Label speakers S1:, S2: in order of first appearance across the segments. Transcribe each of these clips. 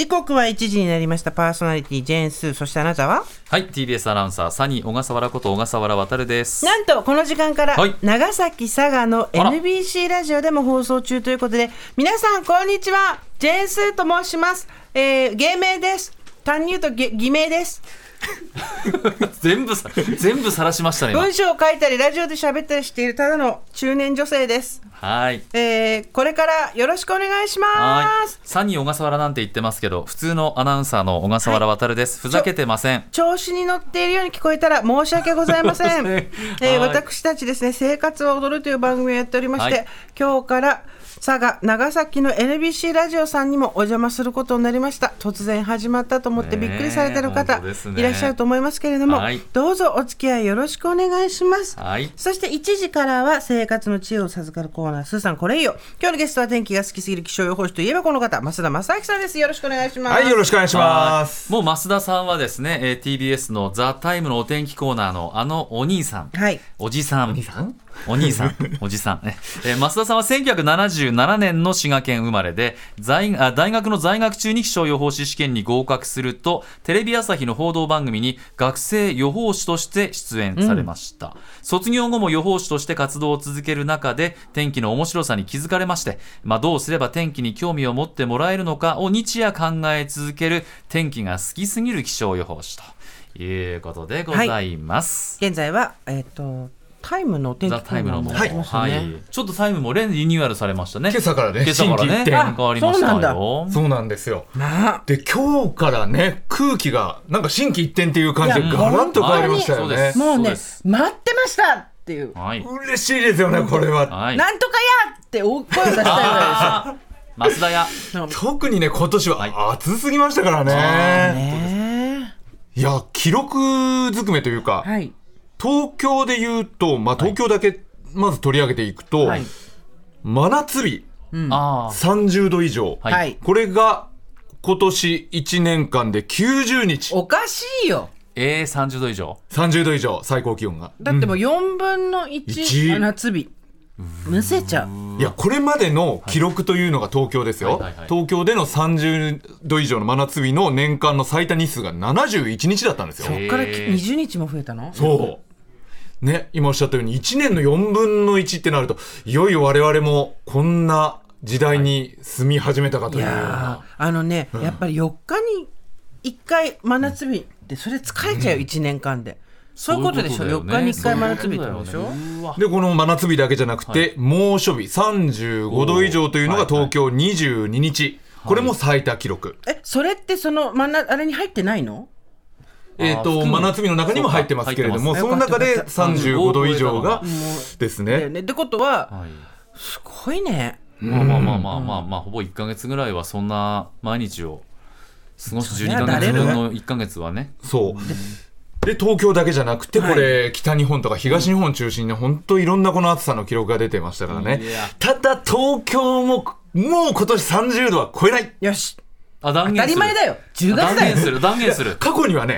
S1: 時刻は1時になりました。パーソナリティジェーンスー、そしてあなたは？
S2: はい、TBS アナウンサーサニー小笠原こと小笠原渉です。
S1: なんとこの時間から、
S2: はい、
S1: 長崎佐賀の NBC ラジオでも放送中ということで、皆さんこんにちは、ジェーンスーと申します。芸名です。単に言うと偽名です。
S2: 全部晒しましたね。
S1: 文章を書いたりラジオで喋ったりしているただの中年女性です。
S2: はい、
S1: これからよろしくお願いします。
S2: サニー小笠原なんて言ってますけど、普通のアナウンサーの小笠原渉です。ふざけてません。
S1: 調子に乗っているように聞こえたら申し訳ございません。私たちですね、生活は踊るという番組をやっておりまして、今日から佐賀長崎の NBC ラジオさんにもお邪魔することになりました。突然始まったと思ってびっくりされてる方、いらっしゃると思いますけれども、どうぞお付き合いよろしくお願いします。そして1時からは生活の知恵を授かるコーナー、スーさんこれいいよ。今日のゲストは天気が好きすぎる気象予報士といえばこの方、増田正明さんです。よろしくお願いします。
S3: はい、よろしくお願いします。
S2: もう増田さんはですね、TBS のザ・タイムのお天気コーナーのお兄さん、おじさん、おじさん増田さんは1977年の滋賀県生まれで、大学の在学中に気象予報士試験に合格すると、テレビ朝日の報道番組に学生予報士として出演されました。卒業後も予報士として活動を続ける中で、天気の面白さに気づかれまして、どうすれば天気に興味を持ってもらえるのかを日夜考え続ける天気が好きすぎる気象予報士ということでございます。
S1: 現在はタイムのお天気コーナーもやってますよね。
S2: ちょっとタイムもリニューアルされましたね。
S3: 今朝からね、
S2: 心機一転変わりましたよ。
S3: そうなんですよ。で、今日からね、空気がなんか心機一転っていう感じでガラッと変わりましたよね。
S1: もうね、待ってましたっていう、
S3: 嬉しいですよね、これは。
S1: なんとかやって大声を出したいぐらいですよ。
S2: 増田屋
S3: 特にね、今年は暑すぎましたからね。いや、記録ずくめというか、東京で言うと、東京だけまず取り上げていくと、真夏日、30度以上、これが今年1年間で90日。
S1: おかしいよ。
S2: 30度以上、
S3: 30度以上最高気温が。
S1: だってもう4分の1真夏日。むせちゃう。
S3: いや、これまでの記録というのが東京ですよ。東京での30度以上の真夏日の年間の最多日数が71日だったんですよ。
S1: そっから20日も増えたの？
S3: そうね、今おっしゃったように1年の4分の1ってなると、いよいよ我々もこんな時代に住み始めたかというような。
S1: やっぱり4日に1回真夏日ってそれ疲れちゃう、1年間で。そういうことでしょ。4日に1回真夏日ってことでしょ。
S3: で、この真夏日だけじゃなくて、猛暑日35度以上というのが東京22日、これも最多記録。
S1: それってそのあれに入ってないの？
S3: 真夏日の中にも入ってますけれども、その中で35度以上がですね。
S1: ってことはすごいね。
S2: ほぼ1ヶ月ぐらいはそんな毎日を過ごす12ヶ月分の1ヶ月はね。
S3: そうで、東京だけじゃなくて、これ北日本とか東日本中心に本当いろんなこの暑さの記録が出てましたからね。ただ東京ももう今年30度は超えない。
S1: よし、
S2: 当た
S1: り前だよ。10月だよ。
S2: 断言する。
S3: 過去には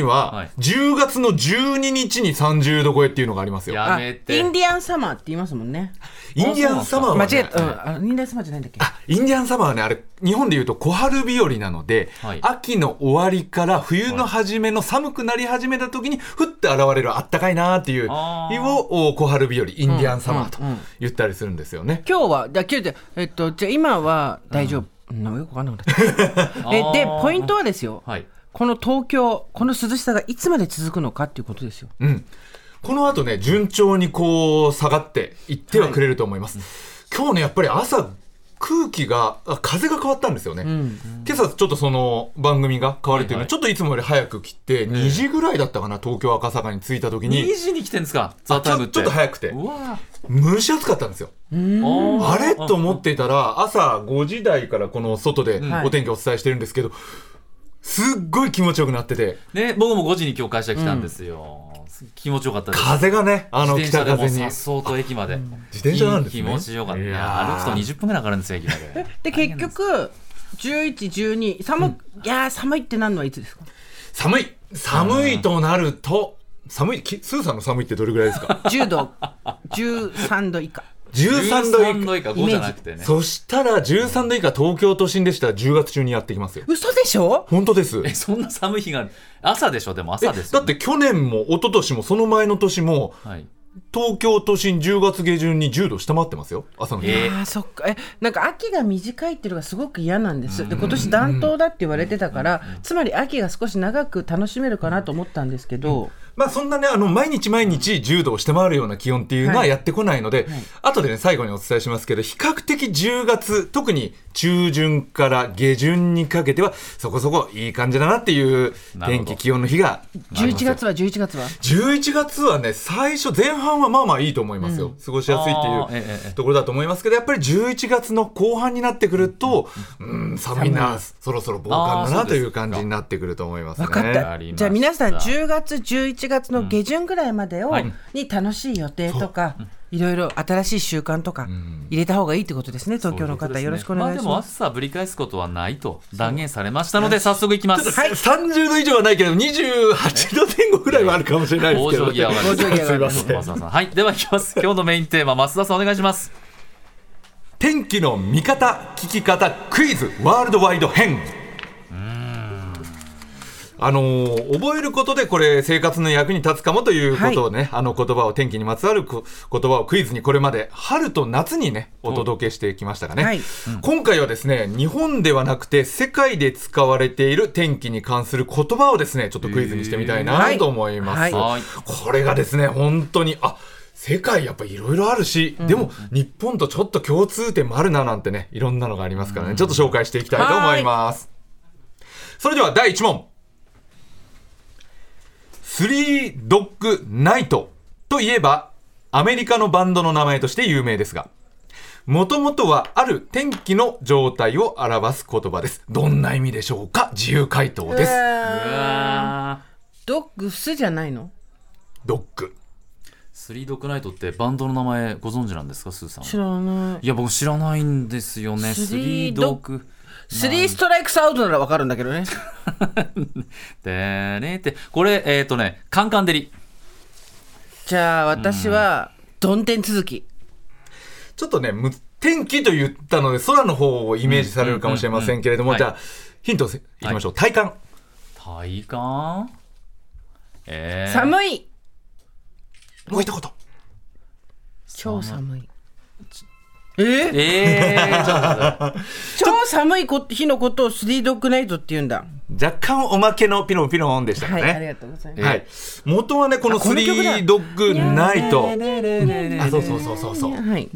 S3: 10月の12日に30度超えっていうのがありますよ。
S2: やめて。
S1: インディアンサマーって言いますもんね。
S3: インディアンサマーはね、
S1: 間違えた。インディアンサマーじゃないんだっけ。
S3: インディアンサマーはね、あれ日本でいうと小春日和なので、秋の終わりから冬の初めの寒くなり始めた時にふって現れるあったかいなーっていう日を小春日和、インディアンサマーと言ったりするんですよね。
S1: 今日はじゃあ今は大丈夫。よくわかんなくなったで、ポイントはですよ、この東京、この涼しさがいつまで続くのかっていうことですよ。
S3: この後ね、順調にこう下がっていってはくれると思います。今日ね、やっぱり朝風が変わったんですよね。今朝ちょっとその番組が変わるっていうのは、ちょっといつもより早く来て、2時ぐらいだったかな、東京赤坂に着いた時に。
S2: 2時に来てんですか、ザ・タイムって。
S3: ちょっと早くて蒸し暑かったんですよ。あれと思っていたら、朝5時台からこの外でお天気をお伝えしてるんですけど、すっごい気持ちよくなってて、
S2: 僕も5時に今日会社来たんですよ。気持ちよかったです。
S3: 風がね、北風に
S2: さっそうと駅まで
S3: 自転車なんですね。
S2: 気持ちよかった。歩くと20分ぐらいかかるんですよ、駅まで。
S1: で、結局11、12、寒いってなるのはいつですか？
S3: 寒いとなると、スーさんの寒いってどれぐらいですか？
S1: 10度13度以下。
S3: 13度
S2: 以下5じゃなくてね。
S3: そしたら13度以下東京都心でしたら10月中にやってきますよ。
S1: 嘘でしょ？
S3: 本当です。
S2: そんな寒い日が朝でしょ？でも朝ですよ、ね、
S3: だって去年も一昨年もその前の年も、はい、東京都心10月下旬に10度下回ってますよ、朝の日。
S1: そっか。なんか秋が短いっていうのがすごく嫌なんです。で今年暖冬だって言われてたから、つまり秋が少し長く楽しめるかなと思ったんですけど、
S3: まあそんなね毎日10度を下回るような気温っていうのはやってこないので、後でね最後にお伝えしますけど、比較的10月特に中旬から下旬にかけてはそこそこいい感じだなっていう天気気温の日が
S1: 11月は
S3: 11月はね最初前半はまあまあいいと思いますよ、過ごしやすいっていうところだと思いますけど、やっぱり11月の後半になってくると寒いな、そろそろ防寒だなという感じになってくると思いますね。
S1: 分かった。じゃあ皆さん10月11月の下旬ぐらいまでに楽しい予定とか、いろいろ新しい習慣とか入れた方がいいってことですね。東京の方、よろしくお願いします。
S2: でも暑さぶり返すことはないと断言されましたので、早速いきます。
S3: はい、30度以上はないけど28度前後ぐらいはあるかもしれないですけど、
S2: すいません。はい、ではいきます。今日のメインテーマ、増田さんお願いします。
S3: 天気の見方聞き方クイズワールドワイド編。覚えることでこれ生活の役に立つかもということをね、言葉を、天気にまつわる言葉をクイズにこれまで春と夏にねお届けしてきましたがね、今回はですね日本ではなくて世界で使われている天気に関する言葉をですねちょっとクイズにしてみたいなと思います、これがですね本当に世界やっぱいろいろあるし、でも日本とちょっと共通点もあるななんてね、いろんなのがありますからね、ちょっと紹介していきたいと思います。それでは第1問。スリードッグナイトといえばアメリカのバンドの名前として有名ですが、もともとはある天気の状態を表す言葉です。どんな意味でしょうか？自由回答です。
S1: ドッグスじゃないの？
S3: ドッグ。
S2: スリードッグナイトってバンドの名前ご存知なんですか、スーさん？
S1: 知らない。
S2: いや僕知らないんですよね。スリードッグ
S1: スリーストライクスアウトなら分かるんだけどね。
S2: でねってこれカンカン照り。
S1: じゃあ私はどん天続き。
S3: ちょっとね天気と言ったので空の方をイメージされるかもしれませんけれども、じゃあヒントいきましょう。体感。
S2: 体感。
S1: 寒い。
S3: もう一言。
S1: 超寒い。超寒い日のことをスリードッグナイトって言うんだ。
S3: 若干おまけのピロンピロンでしたかね。
S1: ありがとうございます。
S3: 元はねこのスリードッグナイト、そう、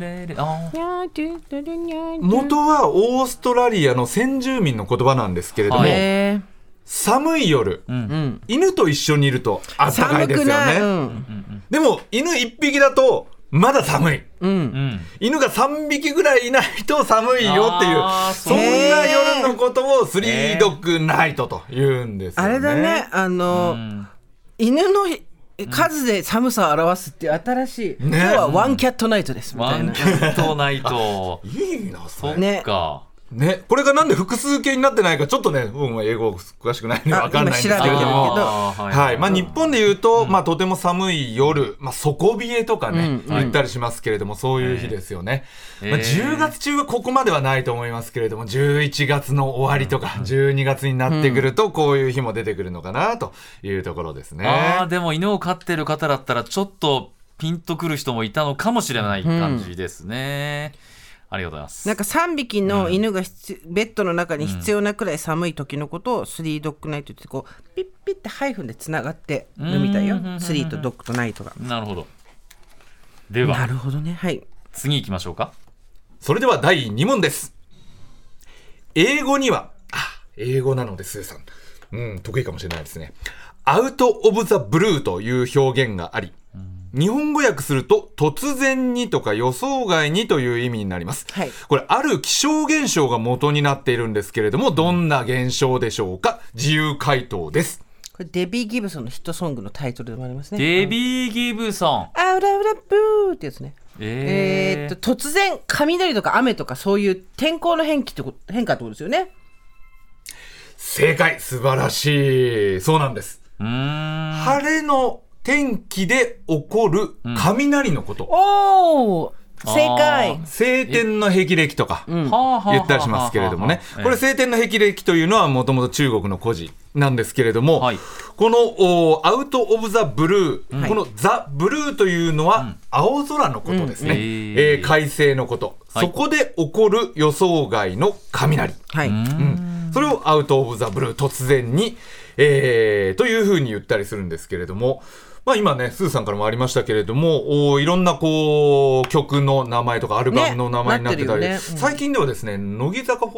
S3: 元はオーストラリアの先住民の言葉なんですけれども、寒い夜、犬と一緒にいると暖かいですよね。でも犬一匹だとまだ寒い、犬が3匹ぐらいいないと寒いよっていう、そんな夜のことをスリードッグナイトと言うんですよね。
S1: あれだね、犬の数で寒さを表すっていう新しい、今日はワンキャットナイトですみたいな。
S2: ワンキャットナイト
S3: いいなそれ
S2: ね。
S3: ね、これがなんで複数形になってないかちょっとね、英語詳しくないので分かんないんですけれども、日本でいうと、とても寒い夜、底冷えとかね、言ったりしますけれども、そういう日ですよね。10月中はここまではないと思いますけれども、11月の終わりとか12月になってくるとこういう日も出てくるのかなというところですね。
S2: でも犬を飼ってる方だったらちょっとピンとくる人もいたのかもしれない感じですね。ありがとうございます。
S1: なんか3匹の犬がベッドの中に必要なくらい寒い時のことをスリードッグナイトってこうピッピッってハイフンでつながってるみたいよ。スリーとドッグとナイトが。
S2: なるほど。では
S1: なるほどね。はい。
S2: 次行きましょうか。
S3: それでは第2問です。英語には英語なのでスーさん、得意かもしれないですね。アウトオブザブルーという表現があり、日本語訳すると突然にとか予想外にという意味になります、これある気象現象が元になっているんですけれども、どんな現象でしょうか？自由回答です。
S1: これデビー・ギブソンのヒットソングのタイトルでもありますね。
S2: デビー・ギブソン
S1: アウラウラブーってやつね。突然雷とか雨とかそういう天候の変化ってことですよね。
S3: 正解、素晴らしい。そうなんです。晴れの天気で起こる雷のこと、
S1: 正解。
S3: 晴天の霹靂とか言ったりしますけれどもね、これ晴天の霹靂というのはもともと中国の故事なんですけれども、はい、このアウト・オブ・ザ・ブルー、このザ・ブルーというのは青空のことですね、快晴のこと、そこで起こる予想外の雷、それをアウト・オブ・ザ・ブルー、突然に、というふうに言ったりするんですけれども、今ねスーさんからもありましたけれども、いろんなこう曲の名前とかアルバムの名前になってたり、最近ではですね乃木坂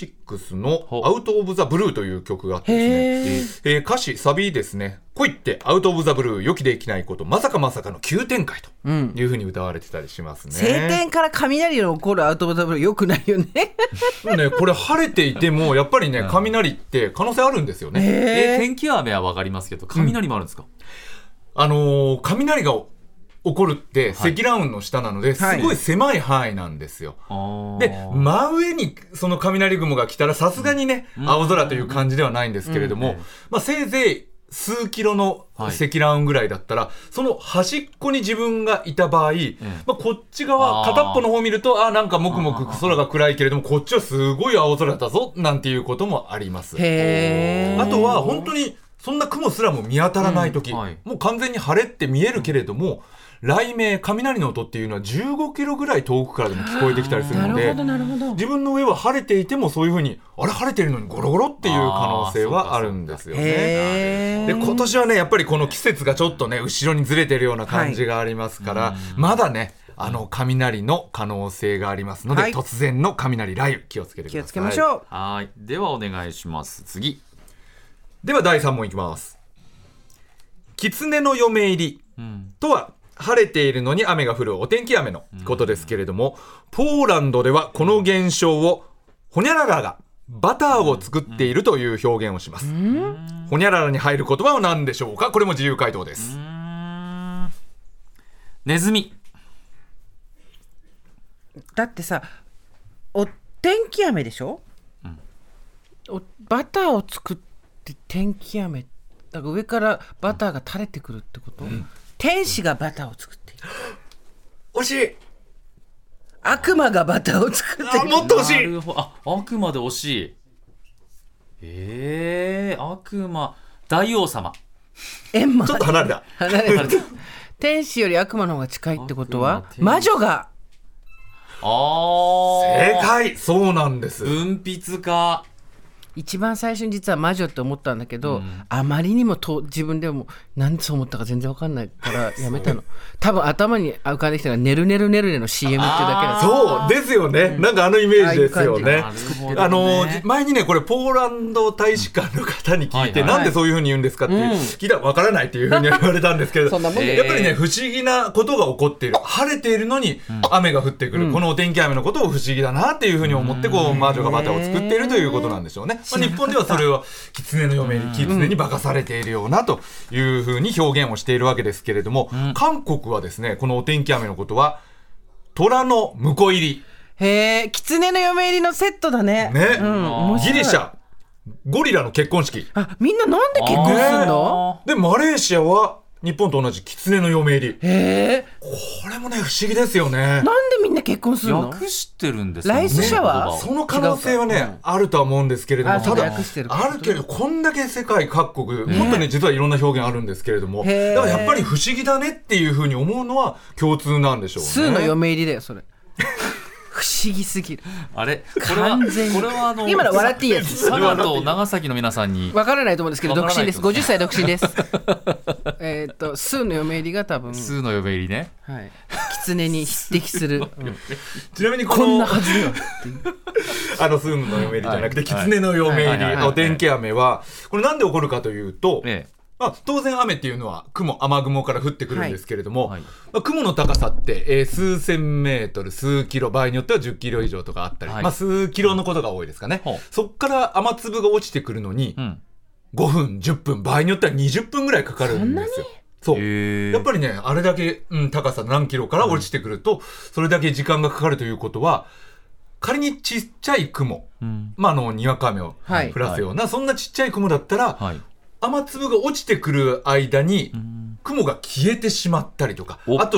S3: 46のアウトオブザブルーという曲があってですね、歌詞サビですね、恋ってアウトオブザブルー、予期できないこと、まさかまさかの急展開というふうに歌われてたりしますね。
S1: 晴天から雷の起こるアウトオブザブルー、よくないよね。
S3: ね、これ晴れていてもやっぱりね雷って可能性あるんですよね。
S2: 天気雨は分かりますけど雷もあるんですか？
S3: 雷が起こるって積乱雲の下なので、すごい狭い範囲なんですよ。で、真上にその雷雲が来たらさすがにね、青空という感じではないんですけれども、せいぜい数キロの積乱雲ぐらいだったら、その端っこに自分がいた場合、こっち側片っぽの方を見るとなんかもくもく空が暗いけれども、こっちはすごい青空だぞなんていうこともあります。あとは本当にそんな雲すらも見当たらないとき、もう完全に晴れって見えるけれども、雷鳴、雷の音っていうのは15キロぐらい遠くからでも聞こえてきたりするので、自分の上は晴れていてもそういうふうに晴れてるのにゴロゴロっていう可能性はあるんですよね。で、今年はねやっぱりこの季節がちょっとね後ろにずれてるような感じがありますから、まだね雷の可能性がありますので、突然の雷雷雨気をつけてください。
S1: 気をつけましょう。
S2: はい、ではお願いします。次
S3: では第3問いきます。狐の嫁入りとは、晴れているのに雨が降るお天気雨のことですけれども、ポーランドではこの現象をホニャララがバターを作っているという表現をします。ホニャララに入る言葉は何でしょうか？これも自由回答です。
S2: ネズミ。
S1: だってさ、お天気雨でしょ、バターを作って天気雨だから上からバターが垂れてくるってこと、天使がバターを作っている。
S3: 惜しい。
S1: 悪魔がバターを作っている。
S3: もっと惜しい。
S2: 悪魔で惜しい。悪魔、大王様。
S3: ちょっと離れた。
S1: 天使より悪魔の方が近いってことは魔女が。
S3: 正解。そうなんです。
S2: 文筆家。
S1: 一番最初に実は魔女って思ったんだけど、あまりにも自分でも何でそう思ったか全然分かんないからやめたの。多分頭に浮かんできたのがねるねるねるねの CM っていうだけだ。
S3: そうですよね、なんかイメージですよね。前にねこれポーランド大使館の方に聞いて、なんでそういうふうに言うんですかって聞いたら分からないっていうふうに言われたんですけど、やっぱりね不思議なことが起こっている。晴れているのに雨が降ってくる、このお天気雨のことを不思議だなっていうふうに思って、こう魔女がバターを作っているということなんでしょうね。日本ではそれを狐の嫁に狐に化かされているようなというふうに表現をしているわけですけれども、韓国はですねこのお天気雨のことは虎の婿入り。
S1: 狐の嫁入りのセットだね。
S3: ギリシャゴリラの結婚式。
S1: みんななんで結婚するの？
S3: でマレーシアは日本と同じ狐の嫁入り。これもね不思議ですよね。
S1: なんでみんな結婚するの？
S2: 訳してるんです
S1: ライスシャワー、
S3: その可能性はねあるとは思うんですけれども、ただあるけどこんだけ世界各国本当に実はいろんな表現あるんですけれども、だからやっぱり不思議だねっていうふうに思うのは共通なんでしょうね。
S1: 数の嫁入りだよそれ。不思議すぎる。
S2: あれこれは
S1: 今の笑っていいやつ。
S2: 佐賀と長崎の皆さんに
S1: 分からないと思うんですけど独身です。50歳独身です。数の嫁入りが多分
S2: 数の嫁入りね。
S1: 狐に匹敵する。
S3: ちなみに
S1: こんなはずでは
S3: 数の嫁入りじゃなくて狐の嫁入りお天気雨はこれなんで起こるかというと、当然雨っていうのは雨雲から降ってくるんですけれども、雲の高さって、数千メートル数キロ場合によっては10キロ以上とかあったり、数キロのことが多いですかね。そこから雨粒が落ちてくるのに、5分10分場合によっては20分ぐらいかかるんですよ。そうやっぱりねあれだけ、高さ何キロから落ちてくると、それだけ時間がかかるということは、仮にちっちゃい雲、にわか雨を降らすような、そんなちっちゃい雲だったら、雨粒が落ちてくる間に雲が消えてしまったりとか、あとは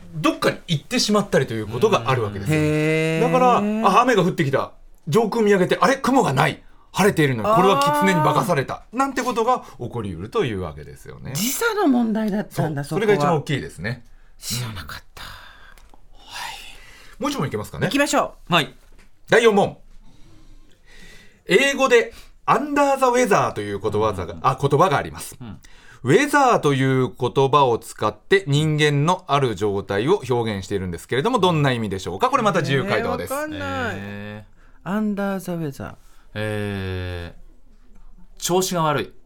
S3: どっかに行ってしまったりということがあるわけですよ。だから雨が降ってきた、上空見上げてあれ雲がない、晴れているのにこれは狐に化かされたなんてことが起こりうるというわけですよね。
S1: 時差の問題だったんだ。
S3: それが一番大きいですね。
S1: 知らなかった、
S3: もう一問いけますかね。
S1: 行きましょ
S2: う。はい。
S3: 第4問。英語でアンダーザウェザーという言葉があります。ウェザーという言葉を使って人間のある状態を表現しているんですけれども、どんな意味でしょうか。これまた自由回答です。
S1: わかんない。アンダーザウェザ
S2: ー。調子が悪い。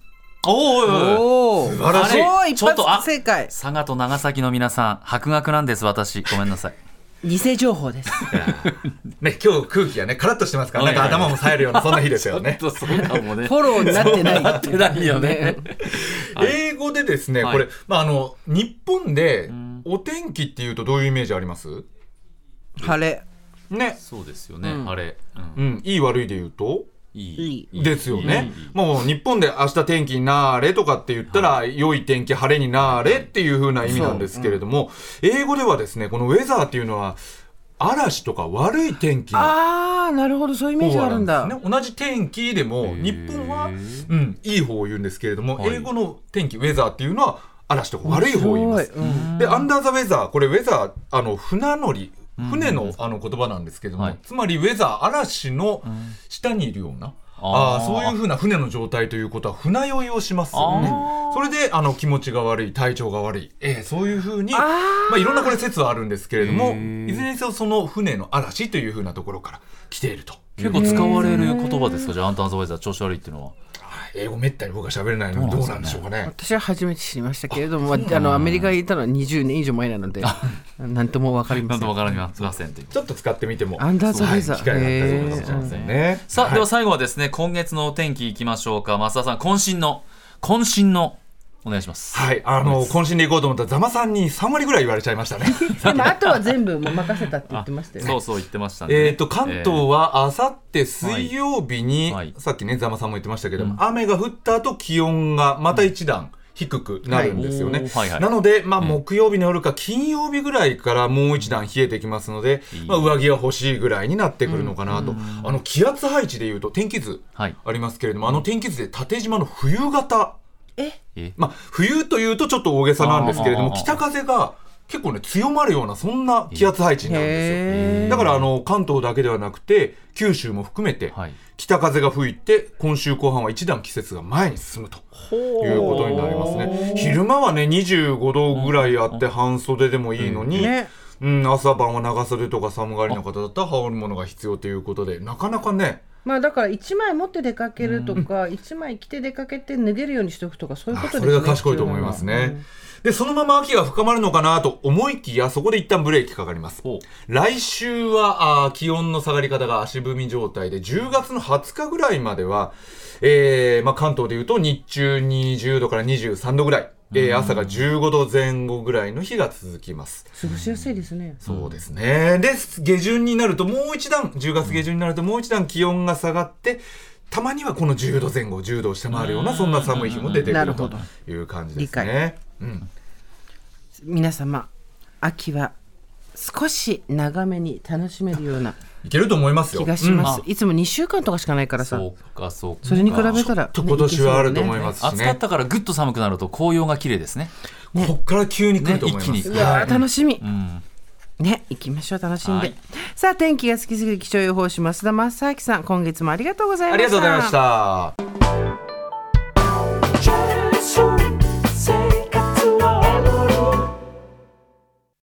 S1: お
S3: 素晴らしい。
S1: 一発正解。
S2: 佐賀と長崎の皆さん、博学なんです。私ごめんなさい。
S1: 偽情報です
S3: ね、今日空気がねカラッとしてますから、なんか頭も冴えるようなそんな日ですよね。
S2: そうかもね。
S1: フォローになってない
S2: なってないよね。
S3: 英語でですね、これ、日本でお天気っていうとどういうイメージあります？
S1: 晴れ
S3: ね。
S2: そうですよね、晴れ。
S3: いい悪いで言うと
S1: いい
S3: ですよね。もう日本で明日天気になれとかって言ったら、良い天気晴れになれっていう風な意味なんですけれども、英語ではですねこのウェザーっていうのは嵐とか悪い天気の
S1: なるほど、そういうイメージがあるんだ、
S3: ね、同じ天気でも日本は、いい方を言うんですけれども、英語の天気ウェザーっていうのは嵐とか悪い方を言います。でアンダーザウェザー、これウェザー船乗り船の言葉なんですけども、つまりウェザー嵐の下にいるような、そういう風な船の状態ということは船酔いをしますよね。それで気持ちが悪い、体調が悪い、そういう風にいろんなこれ説はあるんですけれども、いずれにせよその船の嵐という風なところから来ていると。
S2: 結構使われる言葉ですか。じゃあアンダーザウェザー調子悪いっていうのは。
S3: 英語めったに僕は喋れないのでどうなんでしょうかね。
S1: 私は初めて知りましたけれども、アメリカにいたのは20年以上前なので何とも分かりません。
S2: なんとも分かりません。
S3: ちょっと使ってみても
S1: アンダーザウェザー、
S3: 機会があったりするかもしれませんね。
S2: さあ、では最後はですね、今月のお天気いきましょうか。増田さん、渾身のお願いします。
S3: はい、渾身でいこうと思ったらざまさんに3割ぐらい言われちゃいましたね。
S1: でもあとは全部もう任せたって言ってましたよね。
S2: そう言ってましたね。
S3: 関東はあさって水曜日に、さっきねざまさんも言ってましたけども、雨が降った後気温がまた一段低くなるんですよね。なので、木曜日の夜か金曜日ぐらいからもう一段冷えてきますので、上着が欲しいぐらいになってくるのかなと。気圧配置でいうと天気図ありますけれども、天気図で縦縞の冬型、冬というとちょっと大げさなんですけれども、北風が結構ね強まるようなそんな気圧配置になるんですよ。だから関東だけではなくて九州も含めて北風が吹いて、今週後半は一段季節が前に進むということになりますね。昼間はね25度ぐらいあって半袖でもいいのに、朝晩は長袖とか寒がりの方だったら羽織るものが必要ということで、なかなかね、
S1: だから1枚持って出かけるとか、1枚着て出かけて脱げるようにしておくとか、そういうことですね。
S3: それが賢いと思いますね。でそのまま秋が深まるのかなと思いきや、そこで一旦ブレーキかかります。来週は気温の下がり方が足踏み状態で、10月の20日ぐらいまでは、関東でいうと日中20度から23度ぐらい、朝が15度前後ぐらいの日が続きます。
S1: 過ごしやすいですね。
S3: そうですね。で下旬になるともう一段、10月下旬になるともう一段気温が下がって、たまにはこの10度前後10度を下回るようなそんな寒い日も出てくるという感じですね。
S1: 皆様、秋は少し長めに楽しめるようない
S3: けると思いますよ。
S1: 気がします。いつも2週間とかしかないからさ。それに比べたら、
S3: 今年はあると思いますしね。
S2: 暑かったからぐっと寒くなると紅葉が綺麗ですね。
S3: こっから急に来ると思います。
S1: 楽しみ。ね、行きましょう、楽しんで。さあ、天気が好きすぎる気象予報士増田正明さん、今月もありがとうございました。
S3: ありがとうございました。